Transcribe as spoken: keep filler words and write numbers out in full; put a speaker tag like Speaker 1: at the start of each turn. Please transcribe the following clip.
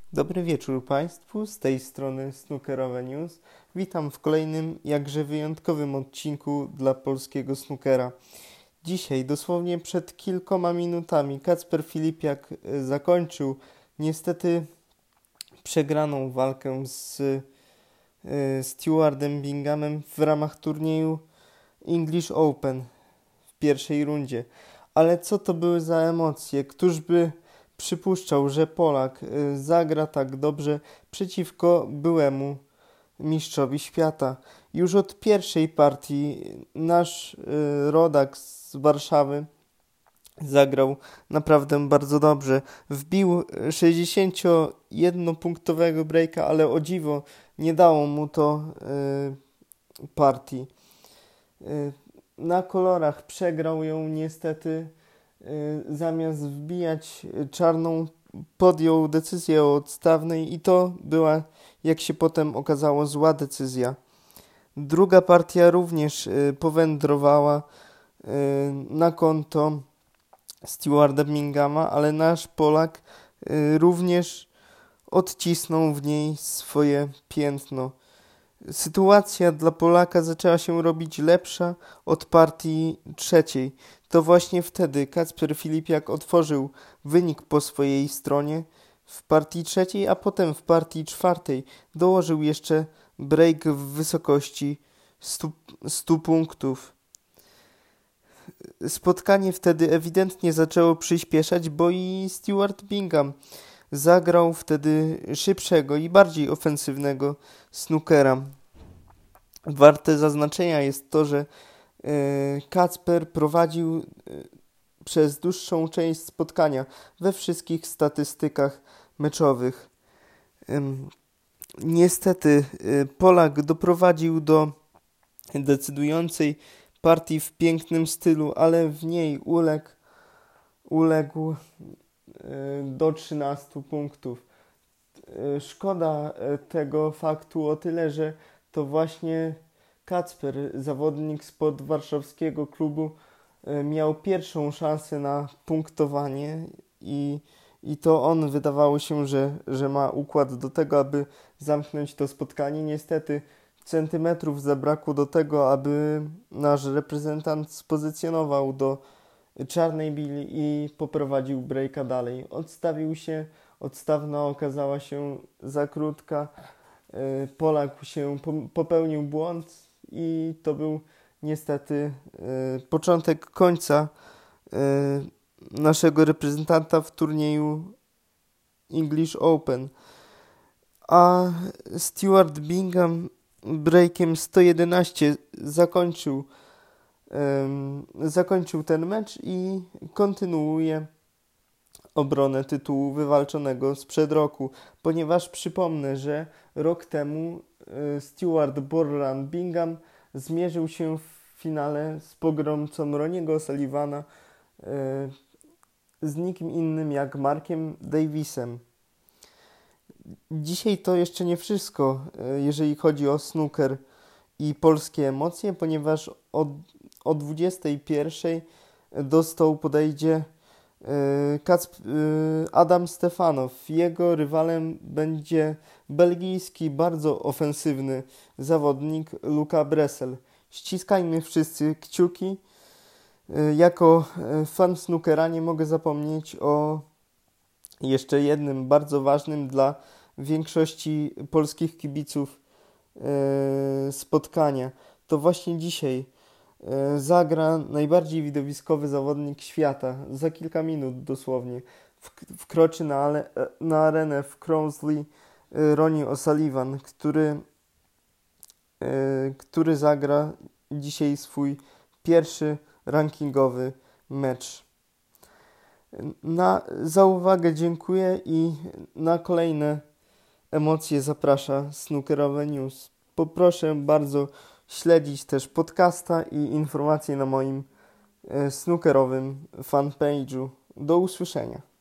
Speaker 1: Dobry wieczór Państwu, z tej strony Snookerowe News. Witam w kolejnym, jakże wyjątkowym odcinku dla polskiego snookera. Dzisiaj, dosłownie przed kilkoma minutami, Kacper Filipiak zakończył niestety przegraną walkę z y, Stewardem Binghamem w ramach turnieju English Open w pierwszej rundzie. Ale co to były za emocje? Któż by przypuszczał, że Polak y, zagra tak dobrze przeciwko byłemu mistrzowi świata. Już od pierwszej partii nasz y, rodak z Warszawy zagrał naprawdę bardzo dobrze. Wbił sześćdziesięciojednopunktowego breaka, ale o dziwo nie dało mu to y, partii. Y, na kolorach przegrał ją niestety. Zamiast wbijać czarną, podjął decyzję o odstawnej i to była, jak się potem okazało, zła decyzja. Druga partia również powędrowała na konto Stewarda Binghama, ale nasz Polak również odcisnął w niej swoje piętno. Sytuacja dla Polaka zaczęła się robić lepsza od partii trzeciej. To właśnie wtedy Kacper Filipiak otworzył wynik po swojej stronie w partii trzeciej, a potem w partii czwartej dołożył jeszcze break w wysokości stu punktów. Spotkanie wtedy ewidentnie zaczęło przyspieszać, bo i Steward Bingham zagrał wtedy szybszego i bardziej ofensywnego snookera. Warte zaznaczenia jest to, że Kacper prowadził przez dłuższą część spotkania we wszystkich statystykach meczowych. Niestety Polak doprowadził do decydującej partii w pięknym stylu, ale w niej uległ, uległ do trzynastu punktów. Szkoda tego faktu o tyle, że to właśnie Kacper, zawodnik spod warszawskiego klubu, miał pierwszą szansę na punktowanie i, i to on wydawało się, że, że ma układ do tego, aby zamknąć to spotkanie. Niestety centymetrów zabrakło do tego, aby nasz reprezentant spozycjonował do czarnej bili i poprowadził breaka dalej. Odstawił się, odstawna okazała się za krótka. Polak się popełnił błąd i to był niestety y, początek końca y, naszego reprezentanta w turnieju English Open. A Steward Bingham breakiem sto jedenaście zakończył, y, zakończył ten mecz i kontynuuje obronę tytułu wywalczonego sprzed roku, ponieważ przypomnę, że rok temu y, Steward Borland Bingham zmierzył się w finale z pogromcą Roniego O'Sullivana y, z nikim innym jak Markiem Davisem. Dzisiaj to jeszcze nie wszystko, y, jeżeli chodzi o snooker i polskie emocje, ponieważ o, o dwudziestej pierwszej do stołu podejdzie Adam Stefanow. Jego rywalem będzie belgijski, bardzo ofensywny zawodnik Luca Bressel. Ściskajmy wszyscy kciuki. Jako fan snookera nie mogę zapomnieć o jeszcze jednym bardzo ważnym dla większości polskich kibiców spotkania. To właśnie dzisiaj zagra najbardziej widowiskowy zawodnik świata. Za kilka minut dosłownie wkroczy na, ale, na arenę w Crossley Ronnie O'Sullivan, który, który zagra dzisiaj swój pierwszy rankingowy mecz. Na, za uwagę dziękuję i na kolejne emocje zaprasza Snookerowe News. Poproszę bardzo śledzić też podcasta i informacje na moim snookerowym fanpage'u. Do usłyszenia.